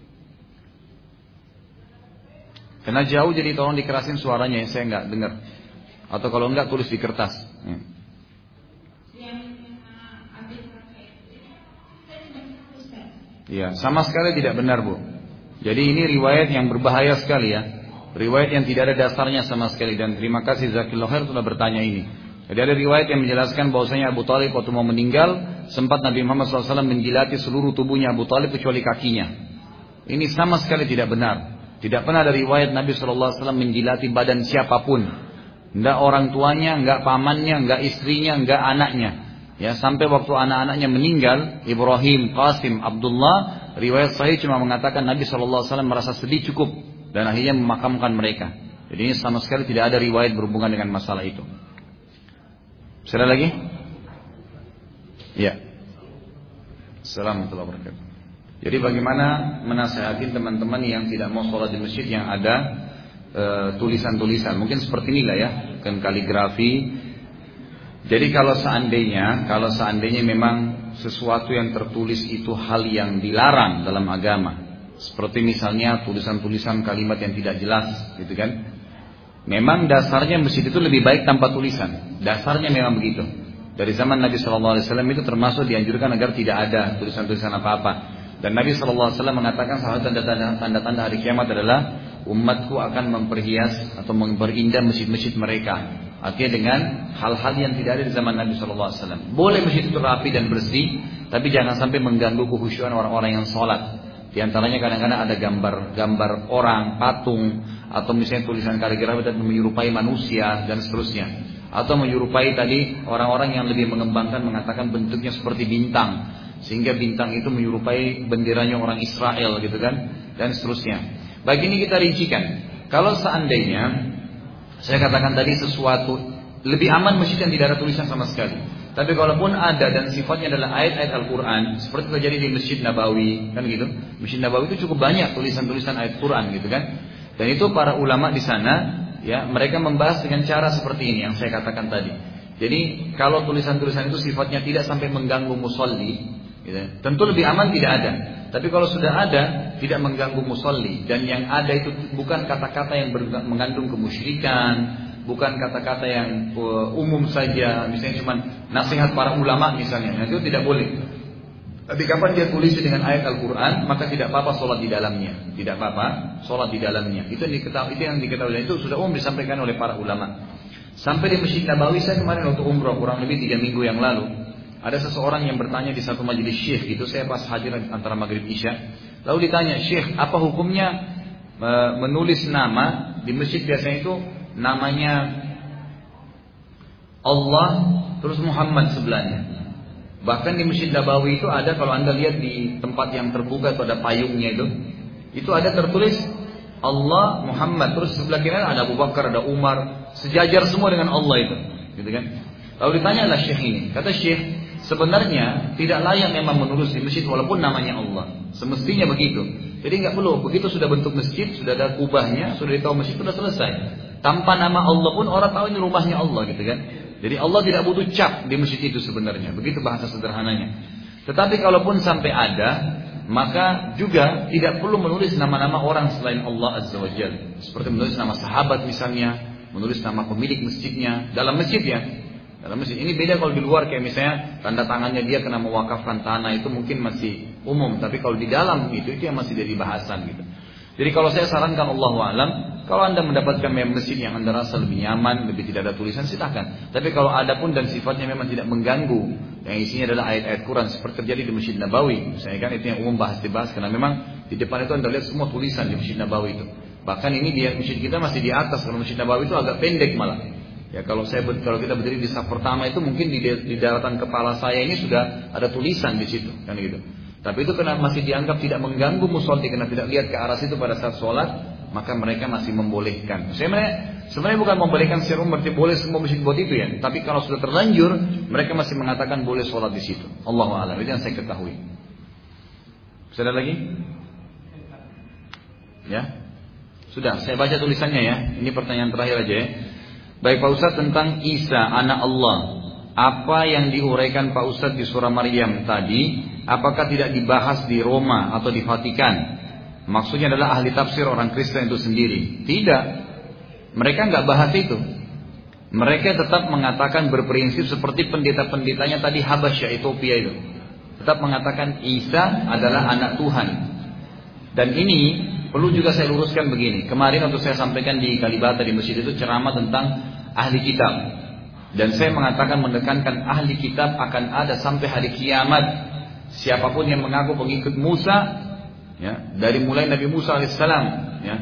Karena jauh jadi tolong dikerasin suaranya ya, saya nggak dengar. Atau kalau enggak tulis di kertas. Hmm. Ya, sama sekali tidak benar Bu. Jadi ini riwayat yang berbahaya sekali ya. Riwayat yang tidak ada dasarnya sama sekali. Dan terima kasih Zakillah Khair sudah bertanya ini. Jadi ada riwayat yang menjelaskan bahwasanya Abu Talib waktu mau meninggal, sempat Nabi Muhammad shallallahu alaihi wasallam menjilati seluruh tubuhnya Abu Talib kecuali kakinya. Ini sama sekali tidak benar. Tidak pernah ada riwayat Nabi shallallahu alaihi wasallam menjilati badan siapapun. Enggak orang tuanya, enggak pamannya, enggak istrinya, enggak anaknya. Ya, sampai waktu anak-anaknya meninggal, Ibrahim, Qasim, Abdullah, riwayat sahih cuma mengatakan Nabi shallallahu alaihi wasallam merasa sedih cukup dan akhirnya memakamkan mereka. Jadi ini sama sekali tidak ada riwayat berhubungan dengan masalah itu. Sudah lagi? Ya. Assalamualaikum warahmatullahi wabarakatuh. Jadi bagaimana menasihati teman-teman yang tidak mau sholat di masjid yang ada e, tulisan-tulisan, mungkin seperti inilah ya, kan kaligrafi. Jadi kalau seandainya, kalau seandainya memang sesuatu yang tertulis itu hal yang dilarang dalam agama, seperti misalnya tulisan-tulisan kalimat yang tidak jelas, gitu kan? Memang dasarnya masjid itu lebih baik tanpa tulisan. Dasarnya memang begitu. Dari zaman Nabi shallallahu alaihi wasallam itu termasuk dianjurkan agar tidak ada tulisan-tulisan apa-apa. Dan Nabi shallallahu alaihi wasallam mengatakan salah satu tanda-tanda hari kiamat adalah umatku akan memperhias atau memperindah masjid-masjid mereka. Artinya dengan hal-hal yang tidak ada di zaman Nabi shallallahu alaihi wasallam. Boleh masjid itu rapi dan bersih, tapi jangan sampai mengganggu kekhusyuan orang-orang yang sholat. Di antaranya kadang-kadang ada gambar-gambar orang, patung, atau misalnya tulisan kaligrafi dan menyerupai manusia dan seterusnya. Atau menyerupai tadi orang-orang yang lebih mengembangkan mengatakan bentuknya seperti bintang, sehingga bintang itu menyerupai benderanya orang Israel gitu kan, dan seterusnya. Baik, ini kita rincikan. Kalau seandainya saya katakan tadi sesuatu lebih aman masjid yang tidak ada tulisan sama sekali. Tapi kalaupun ada dan sifatnya adalah ayat-ayat Al-Quran, seperti terjadi di Masjid Nabawi, kan gitu. Masjid Nabawi itu cukup banyak tulisan-tulisan ayat Quran gitu kan. Dan itu para ulama di sana, ya, mereka membahas dengan cara seperti ini yang saya katakan tadi. Jadi kalau tulisan-tulisan itu sifatnya tidak sampai mengganggu musolli, gitu, tentu lebih aman tidak ada. Tapi kalau sudah ada, tidak mengganggu musolli, dan yang ada itu bukan kata-kata yang mengandung kemusyrikan, bukan kata-kata yang uh, umum saja, misalnya cuma nasihat para ulama misalnya, itu tidak boleh. Tapi kapan dia tulis dengan ayat Al-Quran, maka tidak apa-apa sholat di dalamnya, tidak apa-apa sholat di dalamnya. Itu yang diketahui, itu yang diketahui, dan itu sudah umum disampaikan oleh para ulama. Sampai di Masjid Nabawi, saya kemarin waktu umrah kurang lebih tiga minggu yang lalu, ada seseorang yang bertanya di satu majelis syekh, itu saya pas hadir antara maghrib isya, lalu ditanya, Syekh, apa hukumnya uh, menulis nama di masjid biasanya itu namanya Allah terus Muhammad sebelahnya. Bahkan di Masjid Nabawi itu ada, kalau anda lihat di tempat yang terbuka itu ada payungnya itu, itu ada tertulis Allah Muhammad, terus sebelah kiri ada Abu Bakar, ada Umar, sejajar semua dengan Allah itu, gitu kan? Lalu ditanyalah Syekh ini, kata Syekh, sebenarnya tidak layak memang menulis di masjid walaupun namanya Allah, semestinya begitu. Jadi nggak perlu, begitu sudah bentuk masjid, sudah ada kubahnya, sudah ditahu masjid, sudah selesai. Tanpa nama Allah pun orang tahu ini rumahnya Allah, gitu kan? Jadi Allah tidak butuh cap di masjid itu sebenarnya, begitu bahasa sederhananya. Tetapi kalaupun sampai ada, maka juga tidak perlu menulis nama-nama orang selain Allah Azza wa Jalla. Seperti menulis nama sahabat misalnya, menulis nama pemilik masjidnya dalam masjid ya. Dalam masjid ini beda kalau di luar, kayak misalnya tanda tangannya dia kena mewakafkan tanah, itu mungkin masih umum. Tapi kalau di dalam itu itu yang masih jadi bahasan gitu. Jadi kalau saya sarankan, Allahu a'lam, kalau anda mendapatkan masjid yang anda rasa lebih nyaman, lebih tidak ada tulisan, silakan. Tapi kalau ada pun dan sifatnya memang tidak mengganggu, yang isinya adalah ayat-ayat Quran seperti terjadi di Masjid Nabawi, saya kan itu yang umum bahas dibahas, karena memang di depan itu anda lihat semua tulisan di Masjid Nabawi itu. Bahkan ini di masjid kita masih di atas, kalau Masjid Nabawi itu agak pendek malah. Ya kalau saya kalau kita berdiri di saf pertama itu mungkin di, di daratan kepala saya ini sudah ada tulisan di situ, kan gitu. Tapi itu karena masih dianggap tidak mengganggu musolli, karena tidak lihat ke arah situ pada saat sholat, maka mereka masih membolehkan. Sebenarnya, sebenarnya bukan membolehkan secara umum berarti boleh semua masjid buat itu ya. Tapi kalau sudah terlanjur, mereka masih mengatakan boleh sholat di situ. Allahu a'lam, itu yang saya ketahui. Bisa ada lagi? Ya, sudah. Saya baca tulisannya ya. Ini pertanyaan terakhir aja ya. Baik Pak Ustadz, tentang Isa anak Allah, apa yang diuraikan Pak Ustadz di surah Maryam tadi, apakah tidak dibahas di Roma atau di Vatikan? Maksudnya adalah ahli tafsir orang Kristen itu sendiri. Tidak, mereka nggak bahas itu. Mereka tetap mengatakan berprinsip seperti pendeta-pendetanya tadi Habasya Ethiopia itu, tetap mengatakan Isa adalah anak Tuhan. Dan ini perlu juga saya luruskan begini. Kemarin waktu saya sampaikan di Kalibata di masjid itu ceramah tentang ahli kitab, dan saya mengatakan menekankan ahli kitab akan ada sampai hari kiamat. Siapapun yang mengaku pengikut Musa, ya, dari mulai Nabi Musa alaihissalam, ya,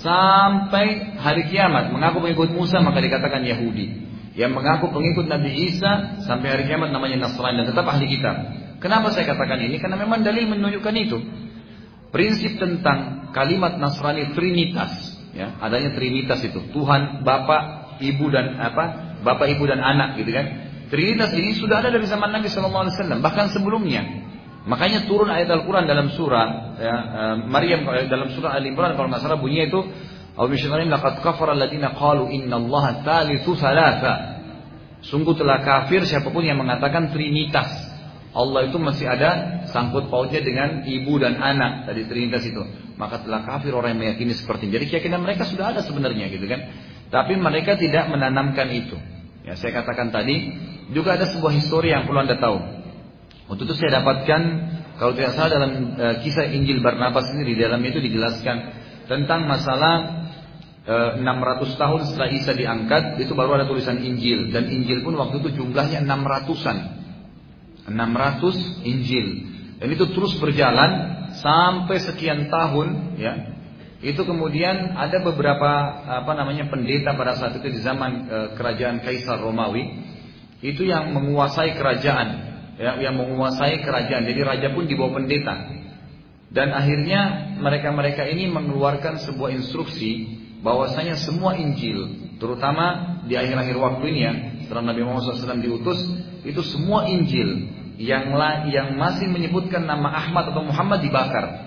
sampai hari kiamat mengaku pengikut Musa, maka dikatakan Yahudi. Yang mengaku pengikut Nabi Isa sampai hari kiamat namanya Nasrani, dan tetap ahli kitab. Kenapa saya katakan ini? Karena memang dalil menunjukkan itu. Prinsip tentang kalimat Nasrani Trinitas, ya, adanya Trinitas itu, Tuhan, Bapa, Ibu dan apa? Bapa, Ibu dan Anak, gitu kan? Trinitas ini sudah ada dari zaman Nabi Sallallahu Alaihi Wasallam, bahkan sebelumnya. Makanya turun ayat Al-Quran dalam surah ya, uh, Maryam, dalam surah Al-Imran kalau nggak salah bunyinya itu, laqad kafara alladziina qalu innallaha tsalitsu tsalatsa. Sungguh telah kafir siapapun yang mengatakan Trinitas. Allah itu masih ada sangkut pautnya dengan ibu dan anak, tadi Trinitas itu. Maka telah kafir orang yang meyakini seperti ini. Jadi keyakinan mereka sudah ada sebenarnya, gitu kan? Tapi mereka tidak menanamkan itu. Ya, saya katakan tadi juga ada sebuah histori yang perlu Anda tahu. Waktu itu saya dapatkan, kalau tidak salah dalam uh, kisah Injil Barnabas ini, di dalamnya itu dijelaskan tentang masalah uh, enam ratus tahun setelah Isa diangkat, itu baru ada tulisan Injil. Dan Injil pun waktu itu jumlahnya enam ratusan. enam ratus Injil. Dan itu terus berjalan sampai sekian tahun, ya. Itu kemudian ada beberapa apa namanya pendeta pada saat itu di zaman uh, kerajaan Kaisar Romawi, itu yang menguasai kerajaan, ya, yang menguasai kerajaan. Jadi raja pun di bawah pendeta. Dan akhirnya mereka-mereka ini mengeluarkan sebuah instruksi bahwasanya semua Injil, terutama di akhir-akhir waktu ini ya, setelah Nabi Muhammad shallallahu alaihi wasallam diutus, itu semua Injil yang yang masih menyebutkan nama Ahmad atau Muhammad dibakar.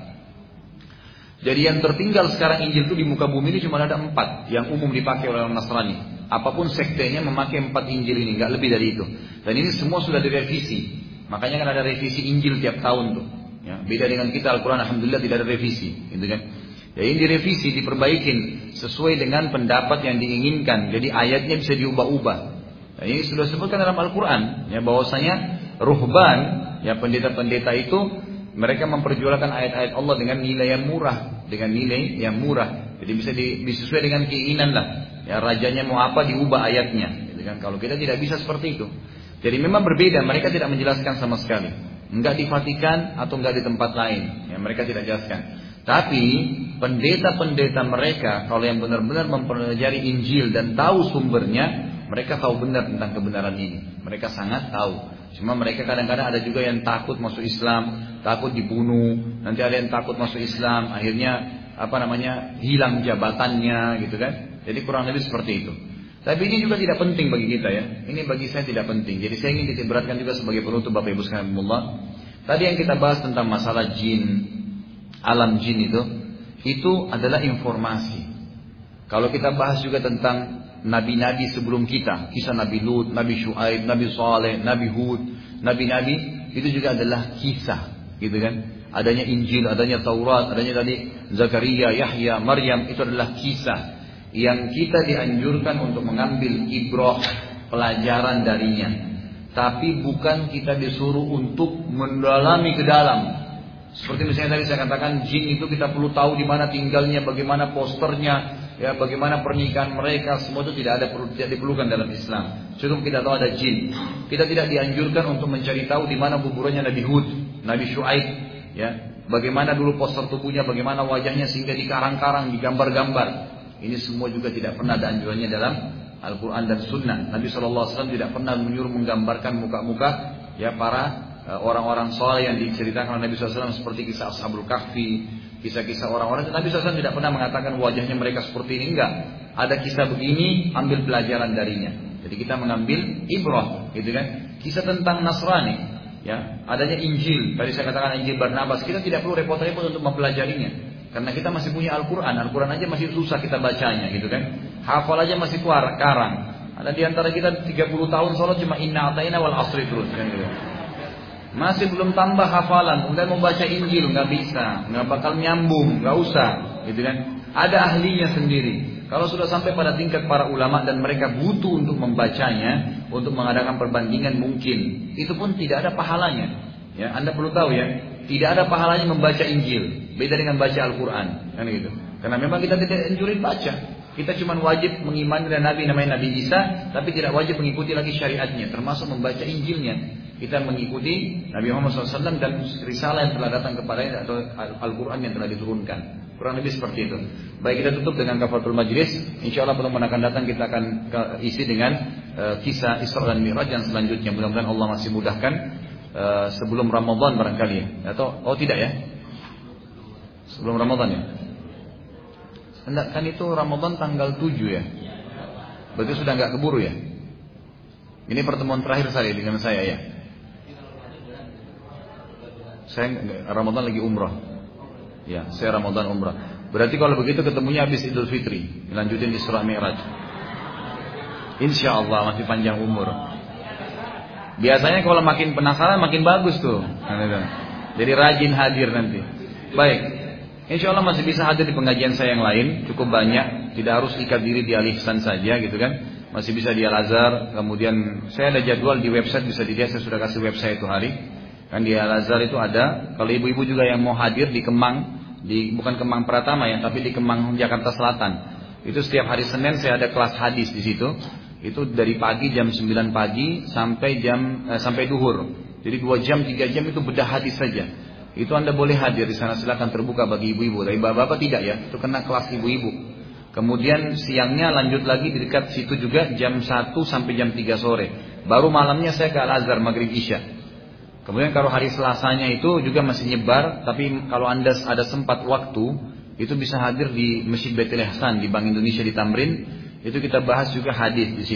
Jadi yang tertinggal sekarang Injil itu di muka bumi ini cuma ada empat yang umum dipakai oleh orang Nasrani. Apapun sektenya memakai empat Injil ini, nggak lebih dari itu. Dan ini semua sudah direvisi. Makanya kan ada revisi Injil tiap tahun tuh. Ya, beda dengan kita Al-Quran, alhamdulillah tidak ada revisi, gitu kan? Ya, ini direvisi, diperbaikin sesuai dengan pendapat yang diinginkan. Jadi ayatnya bisa diubah-ubah. Nah, ini sudah disebutkan dalam Al-Quran, ya, bahwasanya ruhban, ya, pendeta-pendeta itu mereka memperjualkan ayat-ayat Allah dengan nilai yang murah, dengan nilai yang murah. Jadi bisa disesuaikan dengan keinginan lah. Ya, rajanya mau apa diubah ayatnya, gitu kan? Kalau kita tidak bisa seperti itu. Jadi memang berbeda, mereka tidak menjelaskan sama sekali. Enggak di Vatikan atau enggak di tempat lain, ya, mereka tidak jelaskan. Tapi pendeta-pendeta mereka kalau yang benar-benar mempelajari Injil dan tahu sumbernya, mereka tahu benar tentang kebenaran ini. Mereka sangat tahu. Cuma mereka kadang-kadang ada juga yang takut masuk Islam, takut dibunuh. Nanti ada yang takut masuk Islam, akhirnya apa namanya hilang jabatannya, gitu kan? Jadi kurang lebih seperti itu. Tapi ini juga tidak penting bagi kita, ya. Ini bagi saya tidak penting. Jadi saya ingin titik beratkan juga sebagai penutup Bapak Ibu sekalian. Tadi yang kita bahas tentang masalah jin, alam jin itu, itu adalah informasi. Kalau kita bahas juga tentang nabi-nabi sebelum kita, kisah Nabi Lut, Nabi Syuaib, Nabi Saleh, Nabi Hud, nabi-nabi itu juga adalah kisah, gitu kan? Adanya Injil, adanya Taurat, adanya tadi Zakaria, Yahya, Maryam, itu adalah kisah yang kita dianjurkan untuk mengambil ibrah, pelajaran darinya. Tapi bukan kita disuruh untuk mendalami ke dalam. Seperti misalnya tadi saya katakan, jin itu kita perlu tahu di mana tinggalnya, bagaimana posternya, ya, bagaimana pernikahan mereka, semua itu tidak ada perlu tidak diperlukan dalam Islam. Cukup kita tahu ada jin. Kita tidak dianjurkan untuk mencari tahu di mana kuburannya Nabi Hud, Nabi Syuaib, ya. Bagaimana dulu poster tubuhnya, bagaimana wajahnya sehingga dikarang-karang, digambar-gambar. Ini semua juga tidak pernah ada anjurannya dalam Al-Quran dan Sunnah. Nabi shallallahu alaihi wasallam tidak pernah menyuruh menggambarkan muka-muka, ya, para orang-orang soleh yang diceritakan oleh Nabi shallallahu alaihi wasallam seperti kisah Ashabul Kahfi, kisah-kisah orang-orang. Nabi shallallahu alaihi wasallam tidak pernah mengatakan wajahnya mereka seperti ini, enggak. Ada kisah begini, ambil pelajaran darinya. Jadi kita mengambil ibrah, gitu kan? Kisah tentang Nasrani, ya, adanya Injil. Tadi saya katakan Injil Barnabas. Kita tidak perlu repot-repot untuk mempelajarinya. Karena kita masih punya Al-Quran. Al-Quran aja masih susah kita bacanya, gitu kan? Hafal aja masih kuar, karang. Ada di antara kita tiga puluh tahun sholat cuma inna ata'ina wal asri terus, kan, gitu. Masih belum tambah hafalan. Kemudian mau baca Injil, nggak bisa, nggak bakal nyambung, nggak usah, gitu kan? Ada ahlinya sendiri. Kalau sudah sampai pada tingkat para ulama dan mereka butuh untuk membacanya, untuk mengadakan perbandingan mungkin, itu pun tidak ada pahalanya. Ya, Anda perlu tahu, ya, tidak ada pahalanya membaca Injil. Beda dengan baca Al-Quran, kan gitu. Karena memang kita tidak anjurin baca. Kita cuma wajib mengimani dengan Nabi namanya Nabi Isa, tapi tidak wajib mengikuti lagi syariatnya, termasuk membaca Injilnya. Kita mengikuti Nabi Muhammad shallallahu alaihi wasallam dan risalah yang telah datang kepadanya atau Al-Quran yang telah diturunkan. Kurang lebih seperti itu. Baik, kita tutup dengan kafaratul majlis. Insyaallah pertemuan akan datang kita akan isi dengan uh, kisah Isra dan Mi'raj yang selanjutnya. Mudah-mudahan Allah masih mudahkan uh, sebelum Ramadan barangkali, ya. Atau oh tidak, ya? Sebelum Ramadan, ya? Enggak, kan itu Ramadan tanggal tujuh, ya? Berarti sudah enggak keburu, ya? Ini pertemuan terakhir saya dengan saya, ya? Saya Ramadan lagi umrah. Ya, saya Ramadan umrah. Berarti kalau begitu ketemunya habis Idul Fitri, lanjutin Isra Mi'raj. Insya Allah masih panjang umur. Biasanya kalau makin penasaran makin bagus tuh. Jadi rajin hadir nanti. Baik, insya Allah masih bisa hadir di pengajian saya yang lain, cukup banyak. Tidak harus ikat diri di Al-Ihsan saja, gitu kan? Masih bisa di Al-Azhar. Kemudian saya ada jadwal di website, bisa dilihat. Saya sudah kasih website itu hari. Kan di Al-Azhar itu ada. Kalau ibu-ibu juga yang mau hadir di Kemang, di bukan Kemang Pratama, ya, tapi di Kemang Jakarta Selatan. Itu setiap hari Senin saya ada kelas hadis di situ. Itu dari pagi jam sembilan pagi sampai jam eh, sampai duhur. Jadi dua jam tiga jam itu bedah hadis saja. Itu Anda boleh hadir di sana, silakan, terbuka bagi ibu-ibu. Tapi bapak-bapak tidak, ya. Itu kena kelas ibu-ibu. Kemudian siangnya lanjut lagi di dekat situ juga jam satu sampai jam tiga sore. Baru malamnya saya ke Al-Azhar maghrib isya. Kemudian kalau hari Selasanya itu juga masih nyebar, tapi kalau Anda ada sempat waktu, itu bisa hadir di Masjid Baitul Ihsan di Bank Indonesia di Tamrin. Itu kita bahas juga hadis di situ.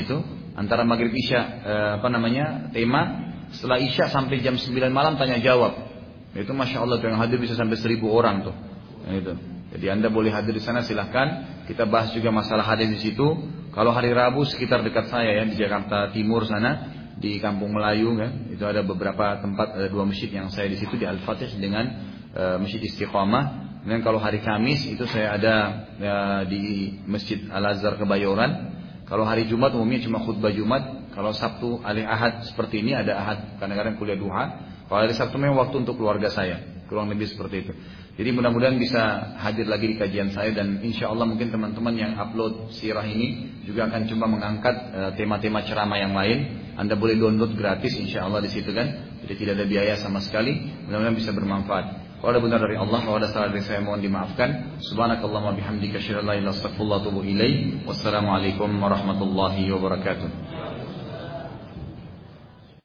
antara maghrib isya eh, apa namanya tema. Setelah isya sampai jam sembilan malam tanya jawab. Itu masya Allah tuh yang hadir bisa sampai seribu orang tuh. Nah, itu. Jadi Anda boleh hadir di sana silahkan. Kita bahas juga masalah hadir di situ. Kalau hari Rabu sekitar dekat saya ya di Jakarta Timur sana di Kampung Melayu kan, itu ada beberapa tempat, ada dua masjid yang saya di situ di Al-Fatih dengan uh, Masjid Istiqamah. Dan kalau hari Kamis itu saya ada uh, di Masjid Al-Azhar Kebayoran. Kalau hari Jumat umumnya cuma khutbah Jumat. Kalau Sabtu, hari Ahad seperti ini ada Ahad, kadang-kadang kuliah duha. Kalau hari Sabtu memang waktu untuk keluarga saya, kurang lebih seperti itu. Jadi mudah-mudahan bisa hadir lagi di kajian saya dan insya Allah mungkin teman-teman yang upload sirah ini juga akan coba mengangkat uh, tema-tema ceramah yang lain. Anda boleh download gratis insya Allah di situ kan. Jadi tidak ada biaya sama sekali. Mudah-mudahan bisa bermanfaat. Kalau ada benar dari Allah, kalau ada salah dari saya mohon dimaafkan. Subhanakallahumma bihamdika asyhadu an la ilaha illa anta astaghfiruka wa atubu ilaik. Wassalamualaikum warahmatullahi wabarakatuh.